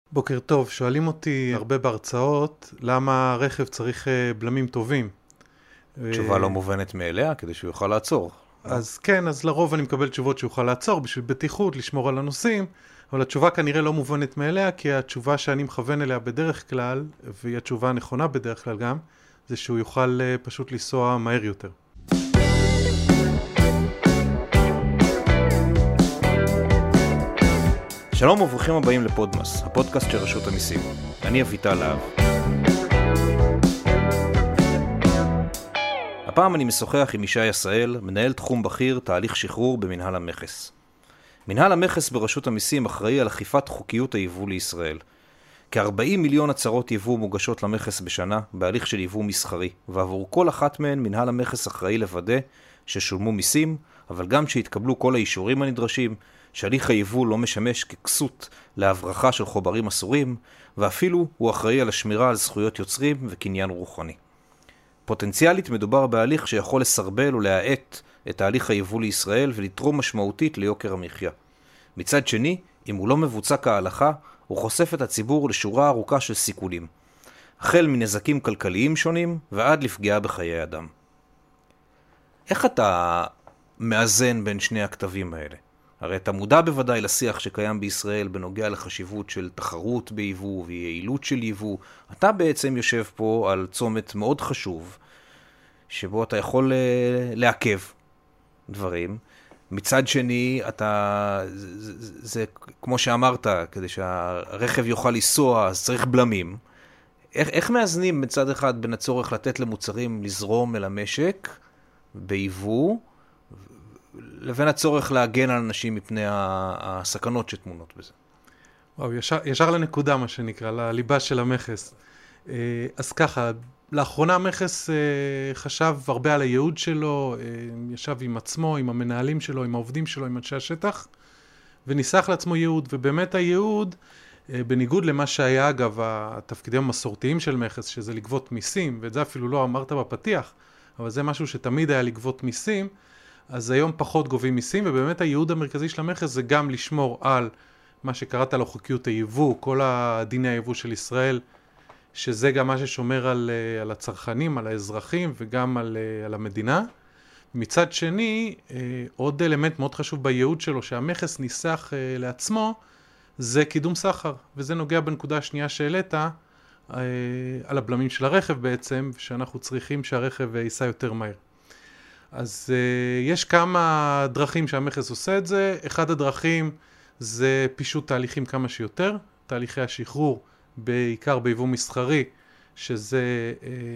בוקר טוב, שואלים אותי הרבה בהרצאות למה רכב צריך בלמים טובים. תשובה לא מובנת מאליה, כדי שהוא יוכל לעצור. אז כן, אז לרוב אני מקבל תשובות שיוכל לעצור בשביל בטיחות, לשמור על הנוסעים, אבל התשובה כנראה לא מובנת מאליה, כי התשובה שאני מכוון אליה בדרך כלל, והיא התשובה הנכונה בדרך כלל גם, זה שהוא יוכל פשוט לנסוע מהר יותר. שלום וברוכים הבאים לפודמאס, הפודקאסט של רשות המיסים. אני אביטל להב. הפעם אני משוחח עם ישי עשהאל, מנהל תחום בכיר תהליך שחרור במנהל המכס. מנהל המכס ברשות המיסים אחראי על אכיפת חוקיות היבוא לישראל. כ-40 מיליון הצהרות יבוא מוגשות למכס בשנה בהליך של יבוא מסחרי, ועבור כל אחת מהן מנהל המכס אחראי לוודא ששולמו מיסים, אבל גם שהתקבלו כל האישורים הנדרשים, שהליך היבוא לא משמש ככסות להברחה של חומרים אסורים, ואפילו הוא אחראי על השמירה על זכויות יוצרים וקניין רוחני. פוטנציאלית מדובר בהליך שיכול לסרבל ולהאט את תהליך היבוא לישראל ולתרום משמעותית ליוקר המחיה. מצד שני, אם הוא לא מבוצע כהלכה, הוא חושף את הציבור לשורה ארוכה של סיכונים, החל מנזקים כלכליים שונים ועד לפגיעה בחיי אדם. איך אתה מאזן בין שני הכתבים האלה? הרי אתה מודע בוודאי לשיח שקיים בישראל בנוגע לחשיבות של תחרות ביבוא ויעילות של יבוא. אתה בעצם יושב פה על צומת מאוד חשוב, שבו אתה יכול לעכב דברים. מצד שני, זה כמו שאמרת, כדי שהרכב יוכל לנסוע, אז צריך בלמים. איך מאזנים מצד אחד בין הצורך לתת למוצרים לזרום אל המשק ביבוא, לבין הצורך להגן על אנשים מפני הסכנות שתמונות בזה? וואו, ישר לנקודה מה שנקרא, לליבה של המכס. אז ככה, לאחרונה המכס חשב הרבה על הייעוד שלו, ישב עם עצמו, עם המנהלים שלו, עם העובדים שלו, עם אנשי השטח, וניסח לעצמו ייעוד, ובאמת הייעוד, בניגוד למה שהיה אגב התפקידים המסורתיים של מכס, שזה לגבות מיסים, ואת זה אפילו לא אמרת בפתיח, אבל זה משהו שתמיד היה לגבות מיסים, אז היום פחות גובים מיסים, ובאמת הייעוד המרכזי של המכס זה גם לשמור על מה שקראת לו חוקיות היבוא, כל הדיני היבוא של ישראל, שזה גם מה ששומר על הצרכנים, על האזרחים וגם על המדינה. מצד שני, עוד אלמנט מאוד חשוב בייעוד שלו, שהמכס ניסח לעצמו, זה קידום סחר, וזה נוגע בנקודה השנייה שהעלית, על הבלמים של הרכב בעצם, שאנחנו צריכים שהרכב ייסע יותר מהר. אז יש כמה דרכים שהמכס עושה את זה. אחד הדרכים זה פישוט תהליכים כמה שיותר, תהליכי השחרור, בעיקר ביבוא מסחרי, שזה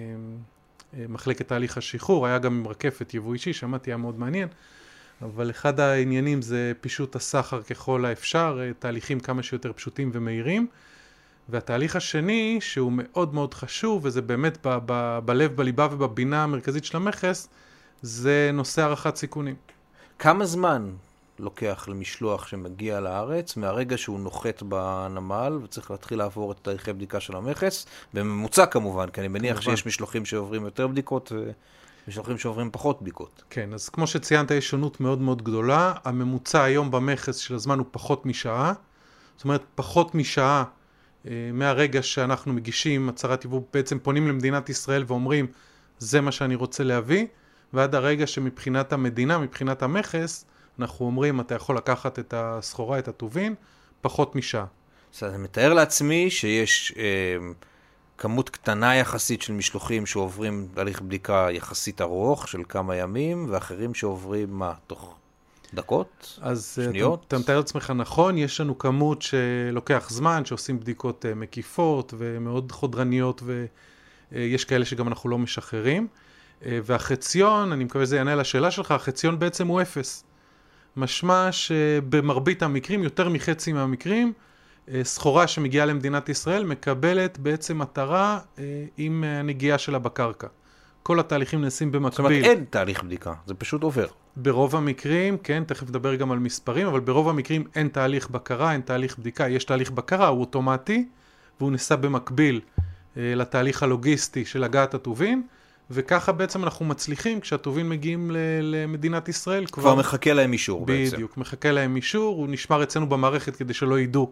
מחלקת תהליך השחרור, היה גם עם רקפת יבוא אישי, שמעתי, היה מאוד מעניין, אבל אחד העניינים זה פישוט הסחר ככל האפשר, תהליכים כמה שיותר פשוטים ומהירים, והתהליך השני, שהוא מאוד מאוד חשוב, וזה באמת בלב, בליבה ובבינה המרכזית של המכס, זה נושא הערכת סיכונים. כמה זמן לוקח למשלוח שמגיע לארץ, מהרגע שהוא נוחת בנמל, וצריך להתחיל לעבור את תהליכי בדיקה של המכס, בממוצע כמובן, כי אני מניח שיש משלוחים שעוברים יותר בדיקות, ומשלוחים שעוברים פחות בדיקות. כן, אז כמו שציינת, יש שונות מאוד מאוד גדולה. הממוצע היום במכס של הזמן הוא פחות משעה. זאת אומרת, פחות משעה מהרגע שאנחנו מגישים הצהרת יבוא, בעצם פונים למדינת ישראל ואומרים, זה מה שאני רוצה להביא, ועד הרגע שמבחינת המדינה, מבחינת המכס, אנחנו אומרים, אתה יכול לקחת את הסחורה, את הטובין, פחות משעה. אז אני מתאר לעצמי שיש כמות קטנה יחסית של משלוחים שעוברים תהליך בדיקה יחסית ארוך של כמה ימים, ואחרים שעוברים מה? תוך דקות? אז שניות? אתה מתאר לעצמך נכון, יש לנו כמות שלוקח זמן, שעושים בדיקות מקיפות ומאוד חודרניות, ויש כאלה שגם אנחנו לא משחררים. והחציון, אני מקווה זה יענה לשאלה שלך, החציון בעצם הוא 0. משמע שבמרבית המקרים, יותר מחצי מהמקרים, סחורה שמגיעה למדינת ישראל מקבלת בעצם מטרה עם נגיעה שלה בקרקע. כל התהליכים נעשים במקביל. זאת אומרת, אין תהליך בדיקה, זה פשוט עובר. ברוב המקרים, כן, תכף נדבר גם על מספרים, אבל ברוב המקרים אין תהליך בקרה, אין תהליך בדיקה. יש תהליך בקרה, הוא אוטומטי, והוא נעשה במקביל לתהליך הלוגיסטי של הגעת הטובין, וככה בעצם אנחנו מצליחים, כשהטובין מגיעים למדינת ישראל, כבר מחכה להם אישור בעצם. בדיוק, מחכה להם אישור, הוא נשמר אצלנו במערכת כדי שלא ידעו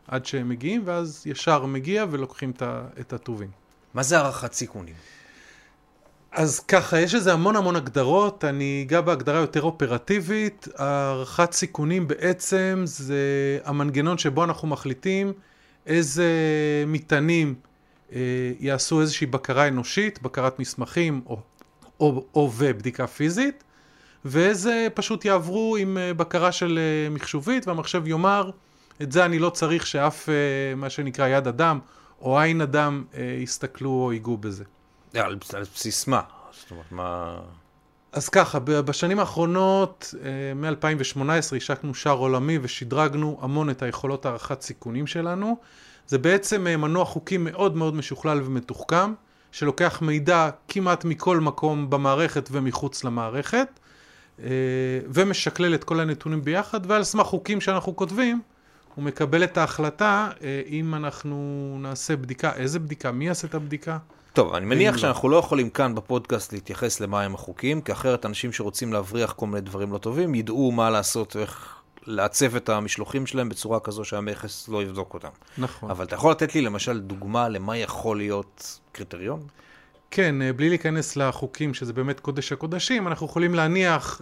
עד שהם מגיעים, ואז ישר מגיע ולוקחים את הטובין. מה זה הערכת סיכונים? אז ככה, יש איזה המון הגדרות, אני אגע בהגדרה יותר אופרטיבית. הערכת סיכונים בעצם זה המנגנון שבו אנחנו מחליטים איזה מטענים יעשו איזושהי בקרה אנושית, בקרת מסמכים או ובדיקה פיזית, ואיזה פשוט יעברו עם בקרה של מחשובית, והמחשב יאמר, את זה אני לא צריך שאף מה שנקרא יד אדם או עין אדם יסתכלו או ייגעו בזה. על בסיס מה? זאת אומרת, מה... אז ככה, בשנים האחרונות, מ-2018, השקנו שער עולמי ושדרגנו המון את היכולות הערכת סיכונים שלנו. זה בעצם מנוע חוקי מאוד מאוד משוכלל ומתוחכם, שלוקח מידע כמעט מכל מקום במערכת ומחוץ למערכת, ומשקלל את כל הנתונים ביחד, ועל סמך חוקים שאנחנו כותבים, הוא מקבל את ההחלטה אם אנחנו נעשה בדיקה, איזה בדיקה, מי יעשה את הבדיקה. טוב, אני מניח שאנחנו לא יכולים כאן בפודקאסט להתייחס למה הם החוקים, כי אחרת אנשים שרוצים להבריח כל מיני דברים לא טובים, ידעו מה לעשות ואיך לעצב את המשלוחים שלהם בצורה כזו שהמכס לא יבדוק אותם. נכון. אבל אתה יכול לתת לי למשל דוגמה למה יכול להיות קריטריון? כן, בלי להיכנס לחוקים שזה באמת קודש הקודשים, אנחנו יכולים להניח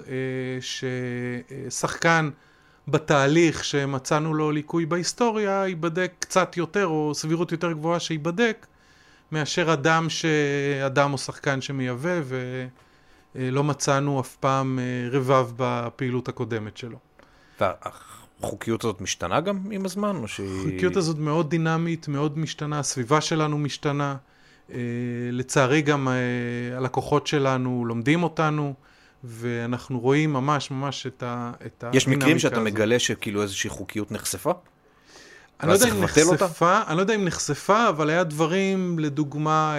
ששחקן בתהליך שמצאנו לו ליקוי בהיסטוריה, ייבדק קצת יותר או סבירות יותר גבוהה שיבדק, מאשר אדם או שחקן שמייבא ולא מצאנו אף פעם רבב בפעילות הקודמת שלו. והחוקיות הזאת משתנה גם עם הזמן? החוקיות הזאת מאוד דינמית, מאוד משתנה, הסביבה שלנו משתנה, לצערי גם הלקוחות שלנו לומדים אותנו, ואנחנו רואים ממש את הדינמיקה הזאת. יש מקרים שאתה מגלה שכאילו איזושהי חוקיות נחשפה? אני לא יודע אם נחשפה, אבל היה דברים, לדוגמה,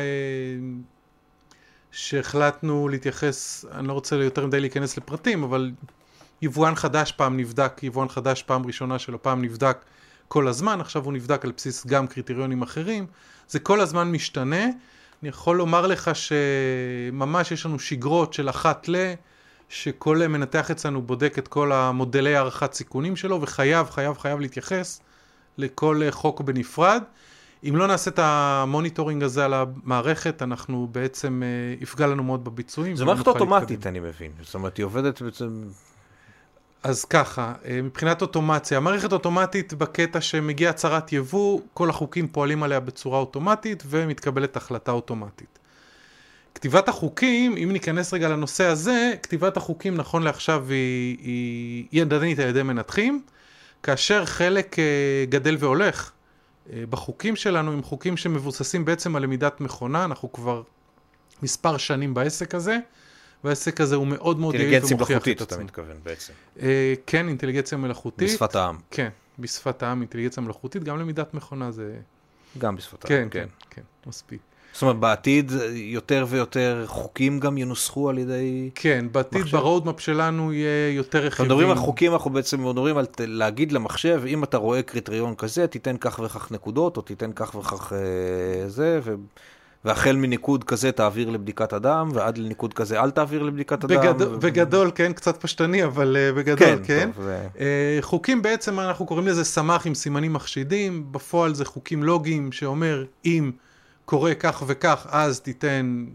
שהחלטנו להתייחס, אני לא רוצה יותר מדי להיכנס לפרטים, אבל יבואן חדש פעם נבדק, יבואן חדש פעם ראשונה שלו פעם נבדק כל הזמן, עכשיו הוא נבדק על בסיס גם קריטריונים אחרים, זה כל הזמן משתנה. אני יכול לומר לך שממש יש לנו שגרות של אחת שכל מנתח אצלנו בודק את כל המודלי הערכת סיכונים שלו, וחייב להתייחס לכל חוק בנפרד. אם לא נעשה את המוניטורינג הזה על המערכת, אנחנו בעצם יפגע לנו מאוד בביצועים. זו מערכת אוטומטית, אני מבין. זאת אומרת, היא עובדת בעצם... אז ככה, מבחינת אוטומציה, המערכת אוטומטית בקטע שמגיע הצהרת יבוא, כל החוקים פועלים עליה בצורה אוטומטית, ומתקבלת החלטה אוטומטית. כתיבת החוקים, אם ניכנס רגע לנושא הזה, כתיבת החוקים נכון לעכשיו היא ידנית על ידי מנתחים, כאשר חלק גדל והולך בחוקים שלנו, עם חוקים שמבוססים בעצם על למידת מכונה, אנחנו כבר מספר שנים בעסק הזה, והעסק הזה הוא מאוד מאוד יעיל ומוכיח את עצמו. אינטליגנציה מלאכותית, אתה מתכוון בעצם. כן, אינטליגנציה מלאכותית. בשפת העם. כן, בשפת העם, אינטליגנציה מלאכותית, גם למידת מכונה זה... גם בשפת העם, כן, מספיק. זאת אומרת, בעתיד יותר ויותר חוקים גם ינוסחו על ידי... כן, בעתיד ברודמפ שלנו יהיה יותר רכיבים. מדברים על חוקים, אנחנו בעצם מדברים על להגיד למחשב, אם אתה רואה קריטריון כזה, תיתן כך וכך נקודות, או תיתן כך וכך זה, והחל מניקוד כזה תעביר לבדיקת אדם, ועד לניקוד כזה אל תעביר לבדיקת אדם. בגדול, כן, קצת פשטני, אבל בגדול, כן. חוקים בעצם, אנחנו קוראים לזה סמך עם סימנים מחשידים, בפועל זה חוקים לוגיים שאומר, אם קורה כך וכך, אז תיתן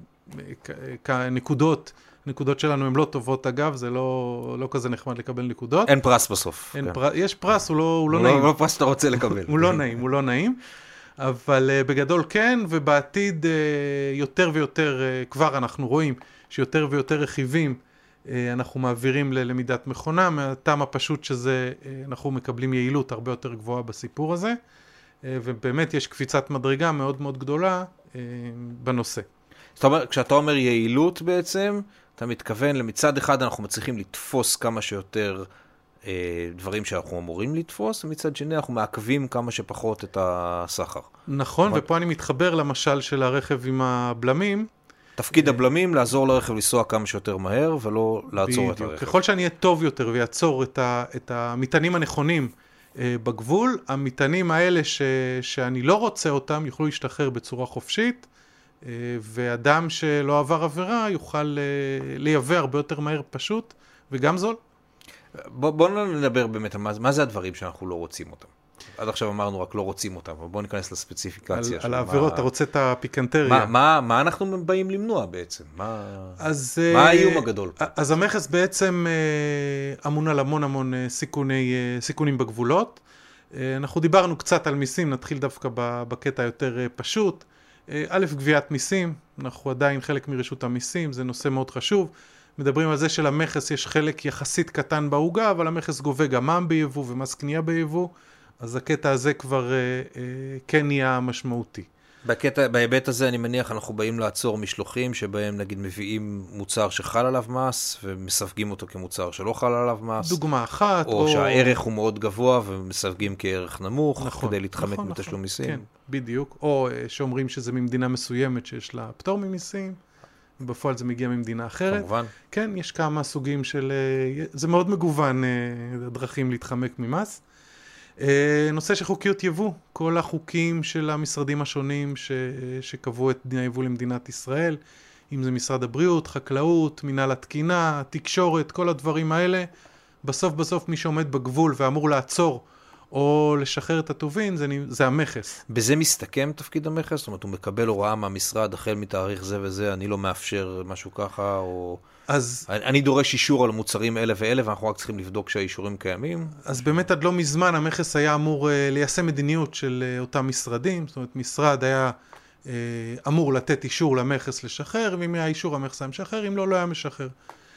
נקודות. נקודות שלנו הן לא טובות, אגב, זה לא כזה נחמד לקבל נקודות. אין פרס בסוף. יש פרס, הוא לא נעים. הוא לא פרס שאתה רוצה לקבל. הוא לא נעים. אבל בגדול כן, ובעתיד יותר ויותר, כבר אנחנו רואים שיותר ויותר רכיבים אנחנו מעבירים ללמידת מכונה, מהטעם הפשוט שזה, אנחנו מקבלים יעילות הרבה יותר גבוהה בסיפור הזה, ובאמת יש קפיצת מדרגה מאוד מאוד גדולה בנושא. זאת אומרת, כשאתה אומר יעילות בעצם, אתה מתכוון למצד אחד אנחנו מצליחים לתפוס כמה שיותר דברים שאנחנו אמורים לתפוס, ומצד שני אנחנו מעכבים כמה שפחות את הסחר. נכון, ופה אני מתחבר למשל של הרכב עם הבלמים. תפקיד הבלמים לעזור לרכב לנסוע כמה שיותר מהר, ולא לעצור את הרכב. ככל שאני אהיה טוב יותר ויעצור את המטענים הנכונים בגבול, המטענים האלה שאני לא רוצה אותם יוכלו להשתחרר בצורה חופשית, ואדם שלא עבר עבירה יוכל לייבא הרבה יותר מהר פשוט, וגם זול. בואו נדבר באמת, מה זה הדברים שאנחנו לא רוצים אותם? עד עכשיו אמרנו רק לא רוצים אותם, אבל בואו ניכנס לספציפיקציה. על העבירות, אתה רוצה את הפיקנטריה. מה אנחנו באים למנוע בעצם? מה האיום הגדול? אז המכס בעצם אמון על המון סיכונים בגבולות. אנחנו דיברנו קצת על מיסים, נתחיל דווקא בקטע יותר פשוט. א', גביית מיסים, אנחנו עדיין חלק מרשות המיסים, זה נושא מאוד חשוב. מדברים על זה שלמכס יש חלק יחסית קטן בעוגה, אבל המכס גובה גם מע"מ ביבוא ומס קנייה ביבוא, אז הקטע הזה כבר כן נהיה משמעותי. בהיבט הזה אני מניח אנחנו באים לעצור משלוחים שבהם נגיד מביאים מוצר שחל עליו מס ומסווגים אותו כמוצר שלא חל עליו מס. דוגמה אחת. או שהערך הוא מאוד גבוה ומסווגים כערך נמוך, נכון, כדי להתחמק מתשלום מיסים. כן, בדיוק. או שאומרים שזה ממדינה מסוימת שיש לה פטור ממיסים, בפועל זה מגיע ממדינה אחרת. כמובן. כן, יש כמה סוגים של... זה מאוד מגוון דרכים להתחמק ממס. נושא של חוקיות יבוא, כל החוקים של המשרדים השונים שקבעו את דין היבוא למדינת ישראל, אם זה משרד הבריאות, חקלאות, מנהל התקינה, תקשורת, כל הדברים האלה, בסוף מי שעומד בגבול ואמור לעצור או לשחרר את הטובין, זה המכס. בזה מסתכם תפקיד המכס? זאת אומרת, הוא מקבל הוראה מהמשרד החל מתאריך זה וזה, אני לא מאפשר משהו ככה, או... אני דורש אישור על מוצרים אלה ואלה, ואנחנו רק צריכים לבדוק שהאישורים קיימים. אז באמת עד לא מזמן המכס היה אמור ליישם מדיניות של אותם משרדים, זאת אומרת, משרד היה אמור לתת אישור למכס לשחרר, ואם היה אישור המכס היה משחרר, אם לא היה משחרר.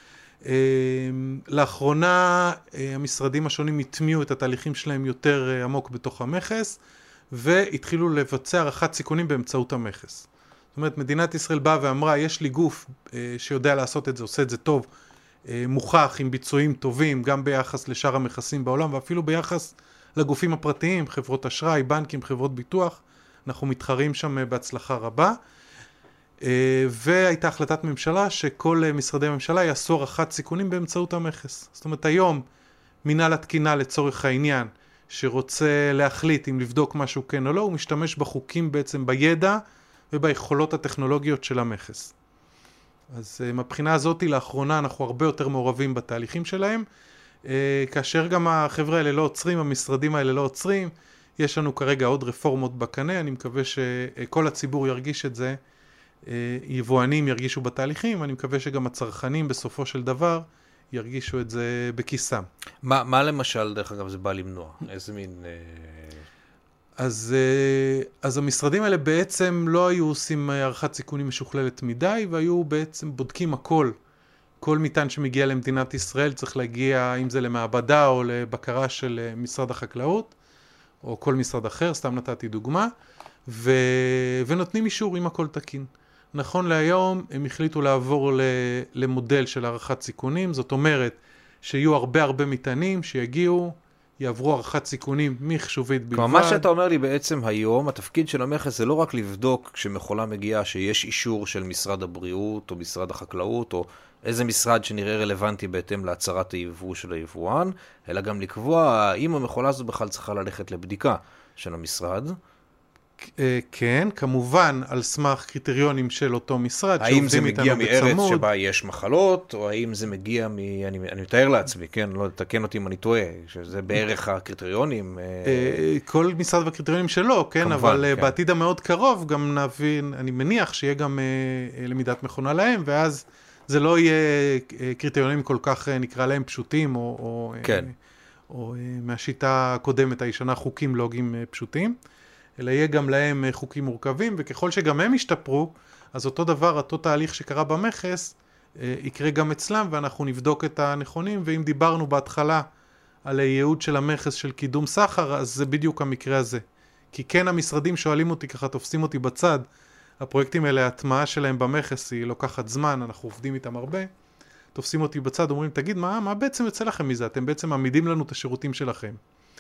לאחרונה המשרדים השונים התמיעו את התהליכים שלהם יותר עמוק בתוך המכס, והתחילו לבצע הערכת סיכונים באמצעות המכס. זאת אומרת, מדינת ישראל באה ואמרה, יש לי גוף שיודע לעשות את זה, עושה את זה טוב, מוכח עם ביצועים טובים, גם ביחס לשאר המכסים בעולם, ואפילו ביחס לגופים הפרטיים, חברות אשראי, בנקים, חברות ביטוח, אנחנו מתחרים שם בהצלחה רבה. והייתה החלטת ממשלה שכל משרדי הממשלה יעשו הערכת סיכונים באמצעות המכס. זאת אומרת, היום מנהל התקינה לצורך העניין, שרוצה להחליט אם לבדוק משהו כן או לא, הוא משתמש בחוקים בעצם בידע וביכולות הטכנולוגיות של המכס. אז מבחינה הזאת לאחרונה אנחנו הרבה יותר מעורבים בתהליכים שלהם, כאשר גם החבר'ה האלה לא עוצרים, המשרדים האלה לא עוצרים, יש לנו כרגע עוד רפורמות בקנה, אני מקווה שכל הציבור ירגיש את זה, יבואנים ירגישו בתהליכים, אני מקווה שגם הצרכנים בסופו של דבר ירגישו את זה בכיסם. מה למשל, דרך אגב, זה בא למנוע? איזה מין... אז המשרדים האלה בעצם לא היו עושים הערכת סיכונים משוכללת מדי, והיו בעצם בודקים הכל. כל מטען שמגיע למדינת ישראל צריך להגיע, אם זה למעבדה או לבקרה של משרד החקלאות, או כל משרד אחר, סתם נתתי דוגמה, ונותנים אישור אם הכל תקין. נכון להיום הם החליטו לעבור למודל של הערכת סיכונים, זאת אומרת שיהיו הרבה מטענים שיגיעו, יעברו הערכת סיכונים מחשובית בלבד. כלומר, מה שאתה אומר לי בעצם היום, התפקיד של המכס זה לא רק לבדוק כשמכולה מגיעה שיש אישור של משרד הבריאות או משרד החקלאות או איזה משרד שנראה רלוונטי בהתאם להצהרת היבוא של היבואן, אלא גם לקבוע האם המכולה הזו בכלל צריכה ללכת לבדיקה של המשרד. כן, כמובן על סמך קריטריונים של אותו משרד, האם זה מגיע מארץ שבה יש מחלות, או האם זה מגיע אני מתאר לעצמי, כן, לא תקן אותי אם אני טועה, שזה בערך הקריטריונים. כל משרד והקריטריונים שלו, כן, כמובן, אבל כן. בעתיד המאוד קרוב גם נבין, אני מניח שיהיה גם למידת מכונה להם, ואז זה לא יהיה קריטריונים כל כך נקרא להם פשוטים, כן. או מהשיטה הקודמת, הישנה חוקים לוגיים פשוטים. אלא יהיה גם להם חוקים מורכבים, וככל שגם הם ישתפרו, אז אותו דבר, אותו תהליך שקרה במכס, יקרה גם אצלם, ואנחנו נבדוק את הנכונים, ואם דיברנו בהתחלה על הייעוד של המכס של קידום סחר, אז זה בדיוק המקרה הזה. כי כן המשרדים שואלים אותי, ככה תופסים אותי בצד, הפרויקטים האלה, ההטמעה שלהם במכס היא לוקחת זמן, אנחנו עובדים איתם הרבה, תופסים אותי בצד, אומרים, תגיד, מה בעצם יוצא לכם מזה? אתם בעצם מעמידים לנו את השירותים שלכם.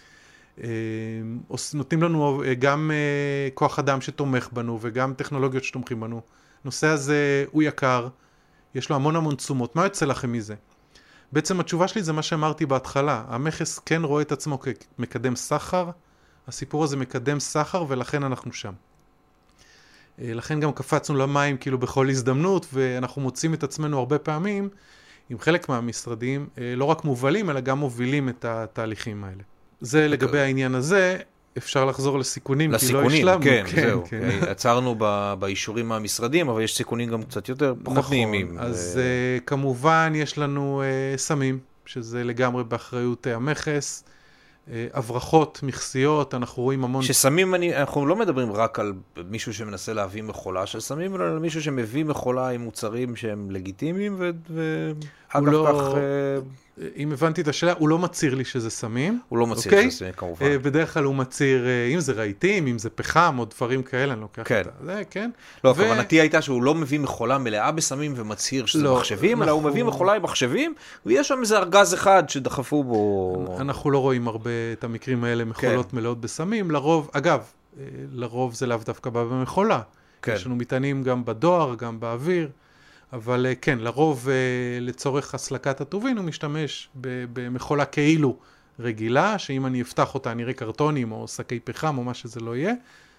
נותנים לנו גם כוח אדם שתומך בנו וגם טכנולוגיות שתומכים בנו. הנושא הזה הוא יקר, יש לו המון תשומות. מה יוצא לכם מזה? בעצם התשובה שלי זה מה שאמרתי בהתחלה. המכס כן רואה את עצמו כמקדם סחר, הסיפור הזה מקדם סחר ולכן אנחנו שם. לכן גם קפצנו למים כאילו בכל הזדמנות, ואנחנו מוצאים את עצמנו הרבה פעמים עם חלק מהמשרדים, לא רק מובלים אלא גם מובילים את התהליכים האלה. זה לגבי העניין הזה, אפשר לחזור לסיכונים, כי לא השלמנו. כן, זהו. עצרנו באישורים מהמשרדים, אבל יש סיכונים גם קצת יותר פחות נעימים. אז כמובן יש לנו סמים, שזה לגמרי באחריות המכס, הברחות, מכסיות, אנחנו רואים המון... שסמים, אנחנו לא מדברים רק על מישהו שמנסה להביא מכולה של סמים, אלא על מישהו שמביא מכולה עם מוצרים שהם לגיטימיים, ואגב כך... אם הבנתי את השאלה, הוא לא מציר לי שזה סמים. הוא לא מציר שזה סמים, כמובן. בדרך כלל הוא מציר, אם זה רהיטים, אם זה פחם, או דברים כאלה, אני לוקח את זה, כן. לא, הכוונתי הייתה שהוא לא מביא מכולה מלאה בסמים ומצהיר שזה מחשבים, אלא הוא מביא מכולה עם מחשבים, ויש שם איזה ארגז אחד שדחפו בו... אנחנו לא רואים הרבה את המקרים האלה, מכולות מלאות בסמים. לרוב, אגב, לרוב זה לאו דווקא בא במכולה. יש לנו מטענים גם בדואר, גם באוויר. אבל כן, לרוב לצורך הסלקת הטובין הוא משתמש במכולה כאילו רגילה, שאם אני אפתח אותה אני אראה קרטונים או שקי פחם או מה שזה לא יהיה,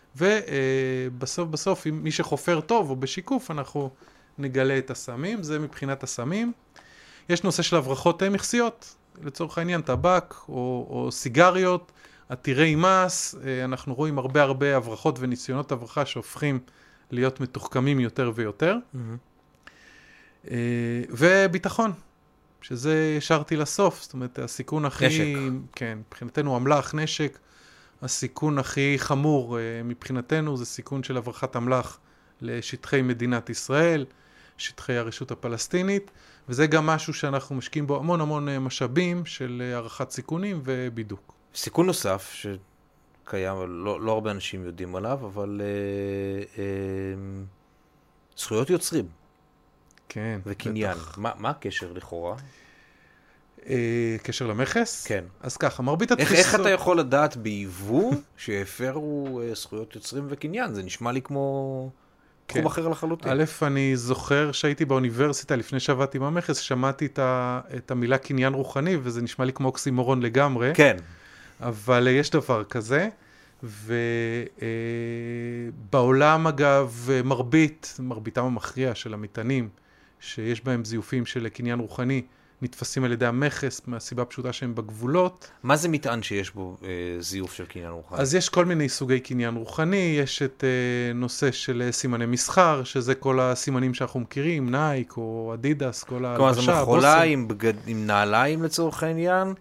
ובסוף מי שחופר טוב או בשיקוף אנחנו נגלה את הסמים, זה מבחינת הסמים. יש נושא של הברחות מכסיות, לצורך העניין טבק או סיגריות, עתירי מס, אנחנו רואים הרבה הברחות וניסיונות הברחה שהופכים להיות מתוחכמים יותר ויותר. וביטחון, שזה השארתי לסוף, זאת אומרת, הסיכון הכי... נשק. כן, מבחינתנו אמל"ח, נשק, הסיכון הכי חמור מבחינתנו זה סיכון של הברחת אמל"ח לשטחי מדינת ישראל, שטחי הרשות הפלסטינית, וזה גם משהו שאנחנו משקיעים בו המון משאבים של הערכת סיכונים ובידוק. סיכון נוסף שקיים, לא הרבה אנשים יודעים עליו, אבל זכויות יוצרים. כן. וקניין. מה הקשר לכאורה? קשר למכס? כן. אז ככה, מרבית התפיסות... איך אתה יכול לדעת ביבוא שהפרו זכויות יוצרים וקניין? זה נשמע לי כמו תחום אחר לחלוטין. א', אני זוכר שהייתי באוניברסיטה לפני שעבדתי עם המכס, שמעתי את המילה קניין רוחני, וזה נשמע לי כמו אוקסימורון לגמרי. כן. אבל יש דבר כזה, ובעולם אגב, מרביתם המכריע של המטענים, שיש בהם זיופים של קניין רוחני, נתפסים על ידי המכס מהסיבה פשוטה שהם בגבולות. מה זה מטען שיש בו זיוף של קניין רוחני? אז יש כל מיני סוגי קניין רוחני, יש את נושא של סימני מסחר, שזה כל הסימנים שאנחנו מכירים, נייק או אדידס, כל ההלבשה. כלומר, זו מכולה עם נעליים לצורך העניין,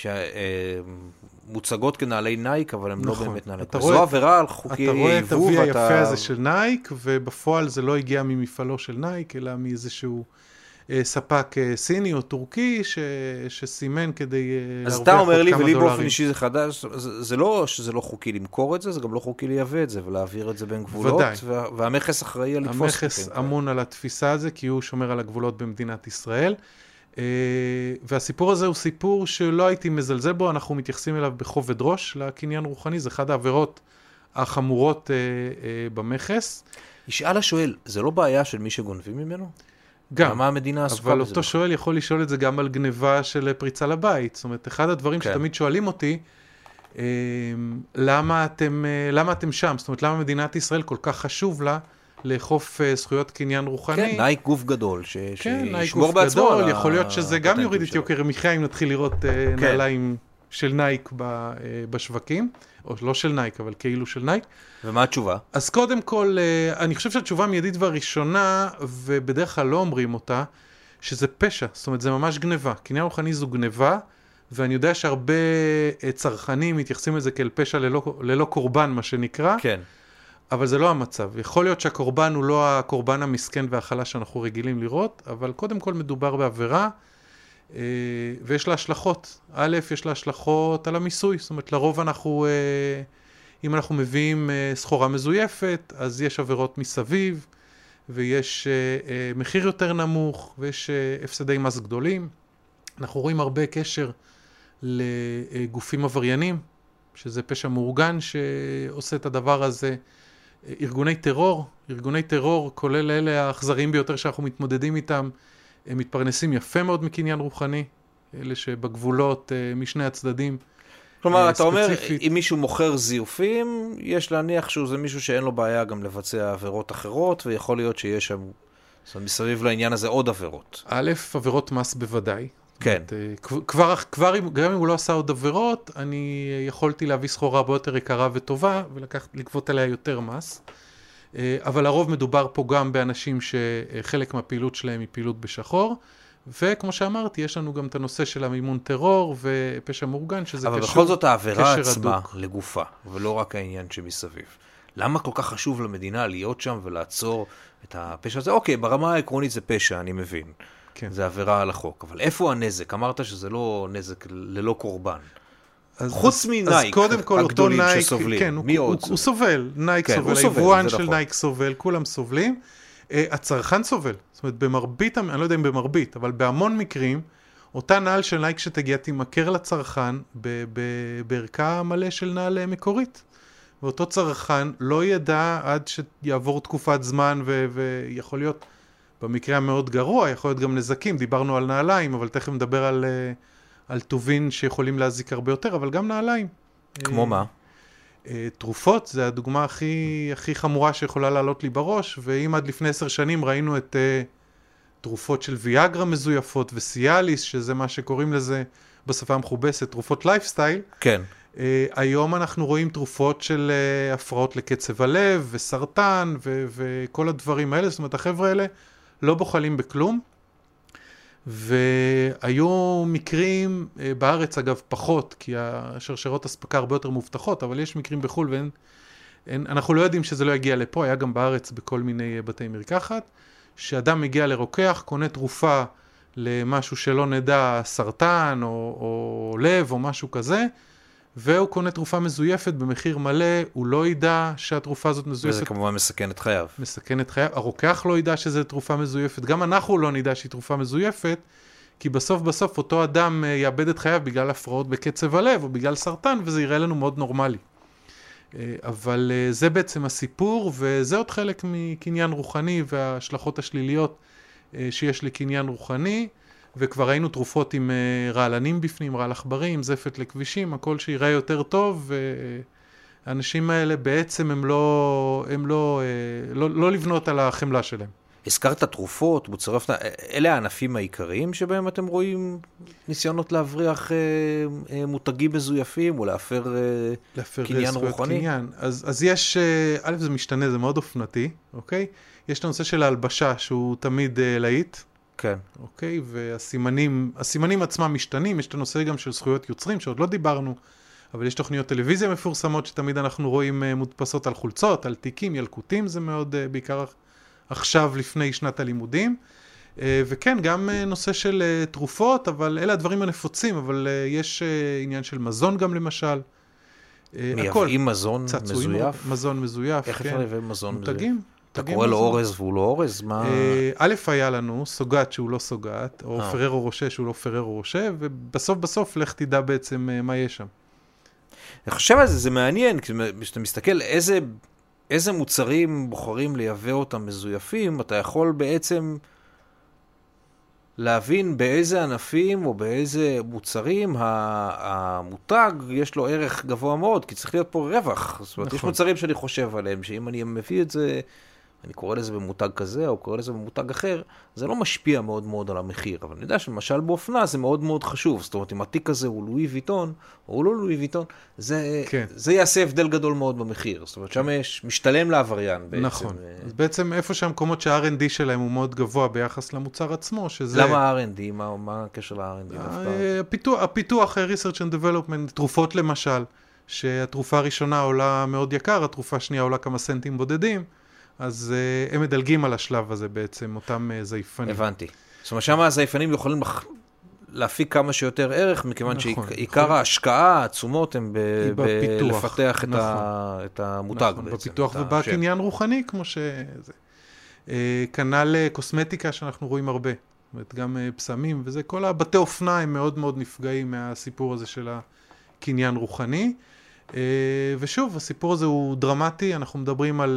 מוצגות כנעלי נייק, אבל הם לא באמת נעלי. זו עבירה על חוקי יבוא. אתה רואה את ה-V היפה הזה של נייק, ובפועל זה לא הגיע ממפעלו של נייק, אלא מאיזשהו ספק סיני או טורקי, שסימן כדי להרוויח עוד כמה דולרים. אז אתה אומר לי, ולי באופן אישי זה חדש, זה לא שזה לא חוקי למכור את זה, זה גם לא חוקי לייבא את זה, ולהעביר את זה בין גבולות, והמכס אחראי על לתפוס. המכס אמון על התפיסה הזה, כי הוא שומר על הגבולות במדינת ישראל. והסיפור הזה הוא סיפור שלא הייתי מזלזל בו, אנחנו מתייחסים אליו בכובד ראש לקניין רוחני, זה אחד העבירות החמורות במכס. ישאל השואל, זה לא בעיה של מי שגונבים ממנו? גם, מה המדינה עסוקה בזה? אבל אותו שואל יכול לשאול את זה גם על גניבה של פריצה לבית, זאת אומרת, אחד הדברים שתמיד שואלים אותי, למה אתם שם? זאת אומרת, למה מדינת ישראל כל כך חשוב לה לאכוף זכויות קניין רוחני? כן, נייק גוף גדול, שישמור בעצמו. יכול להיות שזה גם יוריד את יוקר המחיה, אם נתחיל לראות נעליים של נייק בשווקים, או לא של נייק, אבל כאילו של נייק. ומה התשובה? אז קודם כל, אני חושב שהתשובה המיידית והראשונה, ובדרך כלל לא אומרים אותה, שזה פשע, זאת אומרת, זה ממש גניבה. קניין רוחני זו גניבה, ואני יודע שהרבה צרכנים מתייחסים לזה כאל פשע ללא קורבן, מה שנקרא. כן. אבל זה לא המצב. יכול להיות שהקורבן הוא לא הקורבן המסכן והחלש שאנחנו רגילים לראות, אבל קודם כל מדובר בעבירה, ויש לה השלכות. א', יש לה השלכות על המיסוי, זאת אומרת, לרוב אנחנו, אם אנחנו מביאים סחורה מזויפת, אז יש עבירות מסביב, ויש מחיר יותר נמוך, ויש הפסדי מס גדולים. אנחנו רואים הרבה קשר לגופים עבריינים, שזה פשע מאורגן שעושה את הדבר הזה. ארגוני טרור, כולל אלה האכזריים ביותר שאנחנו מתמודדים איתם, הם מתפרנסים יפה מאוד מקניין רוחני, אלה שבגבולות משני הצדדים. כלומר, אתה אומר, אם מישהו מוכר זיופים, יש להניח שזה מישהו שאין לו בעיה גם לבצע עבירות אחרות, ויכול להיות שיש שם מסביב לעניין הזה עוד עבירות. א', עבירות מס בוודאי. כן. גם אם הוא לא עשה עוד עבירות, אני יכולתי להביא סחורה הרבה יותר יקרה וטובה, ולגבות עליה יותר מס. אבל הרוב מדובר פה גם באנשים שחלק מהפעילות שלהם היא פעילות בשחור, וכמו שאמרתי, יש לנו גם את הנושא של המימון טרור ופשע מאורגן, שזה קשור, אבל בכל זאת העבירה עצמה לגופה, ולא רק העניין שמסביב. למה כל כך חשוב למדינה להיות שם ולעצור את הפשע הזה? אוקיי, ברמה העקרונית זה פשע, אני מבין. כן. זה עבירה על החוק. אבל איפה הנזק? אמרת שזה לא נזק ללא קורבן. חוץ מנייק, הגדולים שסובלים. כן, הוא סובל. נייק סובל, היבואן של נייק סובל, כולם סובלים. הצרכן סובל. זאת אומרת, במרבית, אני לא יודע אם במרבית, אבל בהמון מקרים, אותה נעל של נייק שתגיע תימכר לצרכן בערכה מלא של נעל מקורית. ואותו צרכן לא ידע עד שיעבור תקופת זמן ויכול להיות, במקרה המאוד גרוע, יכול להיות גם נזקים. דיברנו על נעליים, אבל תכף נדבר על טובין שיכולים להזיק הרבה יותר, אבל גם נעליים. כמו מה? תרופות, זה הדוגמה הכי חמורה שיכולה לעלות לי בראש, ואם עד לפני 10 שנים ראינו את תרופות של ויאגרה מזויפות וסיאליס, שזה מה שקוראים לזה בשפה המכובסת, תרופות לייפסטייל. כן. היום אנחנו רואים תרופות של הפרעות לקצב הלב וסרטן וכל הדברים האלה, זאת אומרת החבר'ה האלה לא בוחלים בכלום, והיו מקרים בארץ אגב פחות, כי השרשרות הספקה הרבה יותר מובטחות, אבל יש מקרים בחול אנחנו לא יודעים שזה לא יגיע לפה, היה גם בארץ בכל מיני בתי מרקחת, שאדם מגיע לרוקח, קונה תרופה למשהו שלא נדע, סרטן או לב או משהו כזה, והוא קונה תרופה מזויפת במחיר מלא, הוא לא ידע שהתרופה הזאת מזויפת. וזה כמובן מסכן את חייו. מסכן את חייו. הרוקח לא ידע שזו תרופה מזויפת. גם אנחנו לא נדע שהיא תרופה מזויפת, כי בסוף אותו אדם יאבד את חייו בגלל הפרעות בקצב הלב או בגלל סרטן, וזה יראה לנו מאוד נורמלי. אבל זה בעצם הסיפור, וזה עוד חלק מקניין רוחני וההשלכות השליליות שיש לקניין רוחני. וכבר ראינו תרופות עם רעלנים בפנים, רעל עכברים, זפת לכבישים, הכל שיראה יותר טוב, והאנשים האלה בעצם הם לא לבנות על החמלה שלהם. הזכרת תרופות, מוצרי, אלה הענפים העיקריים שבהם אתם רואים ניסיונות להבריח מותגים מזויפים או להפר קניין רוחני? קניין. אז יש, א' זה משתנה, זה מאוד אופנתי, אוקיי? יש את הנושא של ההלבשה שהוא תמיד להיט, כן. אוקיי, והסימנים עצמם משתנים, יש את הנושא גם של זכויות יוצרים, שעוד לא דיברנו, אבל יש תוכניות טלוויזיה מפורסמות שתמיד אנחנו רואים מודפסות על חולצות, על תיקים, ילקוטים, זה מאוד בעיקר עכשיו לפני שנת הלימודים, וכן, גם נושא של תרופות, אבל אלה הדברים הנפוצים, אבל יש עניין של מזון גם למשל. מייבאים מזון מזויף? מזון מזויף, כן. איך אפשר לייבא מזון מזויף? מותגים. אתה קורא לו אורז והוא לא אורז? מה? א' היה לנו סוגת שהוא לא סוגת, או פררו רושה שהוא לא פררו רושה, ובסוף לך תדע בעצם מה יש שם. אני חושב על זה, זה מעניין, כשאתה מסתכל איזה מוצרים בוחרים לייבא אותם מזויפים, אתה יכול בעצם להבין באיזה ענפים או באיזה מוצרים המותג יש לו ערך גבוה מאוד, כי צריך להיות פה רווח. זאת אומרת, יש מוצרים שאני חושב עליהם, שאם אני מביא את זה, אני קורא לזה במותג כזה, או קורא לזה במותג אחר, זה לא משפיע מאוד מאוד על המחיר. אבל אני יודע שלמשל באופנה זה מאוד מאוד חשוב. זאת אומרת, אם התיק הזה הוא לואי ויטון, או לא לואי ויטון, זה יעשה הבדל גדול מאוד במחיר. זאת אומרת, שם יש משתלם לעבריין בעצם. נכון. אז בעצם איפה שהמקומות שה-R&D שלהם הוא מאוד גבוה ביחס למוצר עצמו, שזה... למה R&D? מה הקשר ל-R&D? הפיתוח, Research and Development, תרופות למשל, שהתרופה הראשונה עולה מאוד יקר, התרופה השנייה עולה כמה סנטים בודדים, אז הם מדלגים על השלב הזה בעצם, אותם זייפנים. הבנתי. זאת אומרת, שם הזייפנים יכולים להפיק כמה שיותר ערך, מכיוון שעיקר ההשקעה, התשומות, הם לפתח את המותג. בפיתוח ובקניין רוחני, כמו שזה. כנ"ל קוסמטיקה שאנחנו רואים הרבה. זאת אומרת, גם פסמים, וזה כל הבתי אופנה הם מאוד מאוד נפגעים מהסיפור הזה של הקניין רוחני. ושוב, הסיפור הזה הוא דרמטי, אנחנו מדברים על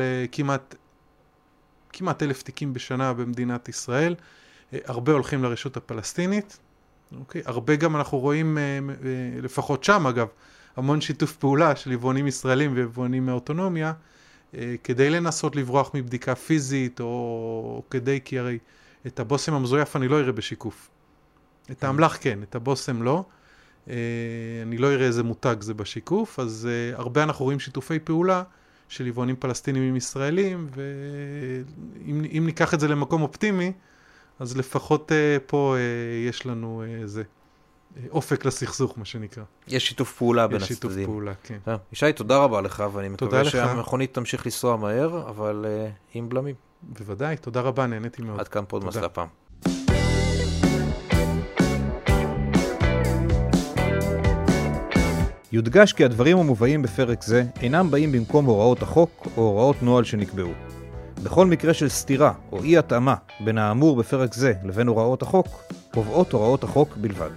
כמעט 1,000 תיקים בשנה במדינת ישראל, הרבה הולכים לרשות הפלסטינית, אוקיי? הרבה גם אנחנו רואים, לפחות שם אגב, המון שיתוף פעולה של יבואנים ישראלים ויבואנים מאוטונומיה, כדי לנסות לברוח מבדיקה פיזית, או כדי, כי הרי את הבוסם המזויף אני לא אראה בשיקוף. את האמל"ח כן, את הבוסם לא. אני לא אראה איזה מותג זה בשיקוף, אז הרבה אנחנו רואים שיתופי פעולה של יבואנים פלסטינים עם ישראלים, ואם ניקח את זה למקום אופטימי, אז לפחות פה יש לנו איזה אופק לסכסוך, מה שנקרא. יש שיתוף פעולה בין יש הצדדים. שיתוף פעולה, כן. ישי, תודה רבה לך, ואני מקווה לך. שהמכונית תמשיך לנסוע מהר, אבל עם בלמים. בוודאי, תודה רבה, נהניתי מאוד. עד כאן פודמאסט להפעם. יודגש כי הדברים המובאים בפרק זה אינם באים במקום הוראות החוק או הוראות נוהל שנקבעו. בכל מקרה של סתירה או אי התאמה בין האמור בפרק זה לבין הוראות החוק, קובעות הוראות החוק בלבד.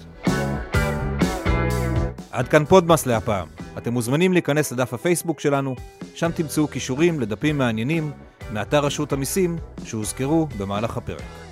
עד כאן פודמאסט להפעם. אתם מוזמנים להיכנס לדף הפייסבוק שלנו, שם תמצאו קישורים לדפים מעניינים מאתר רשות המיסים שהוזכרו במהלך הפרק.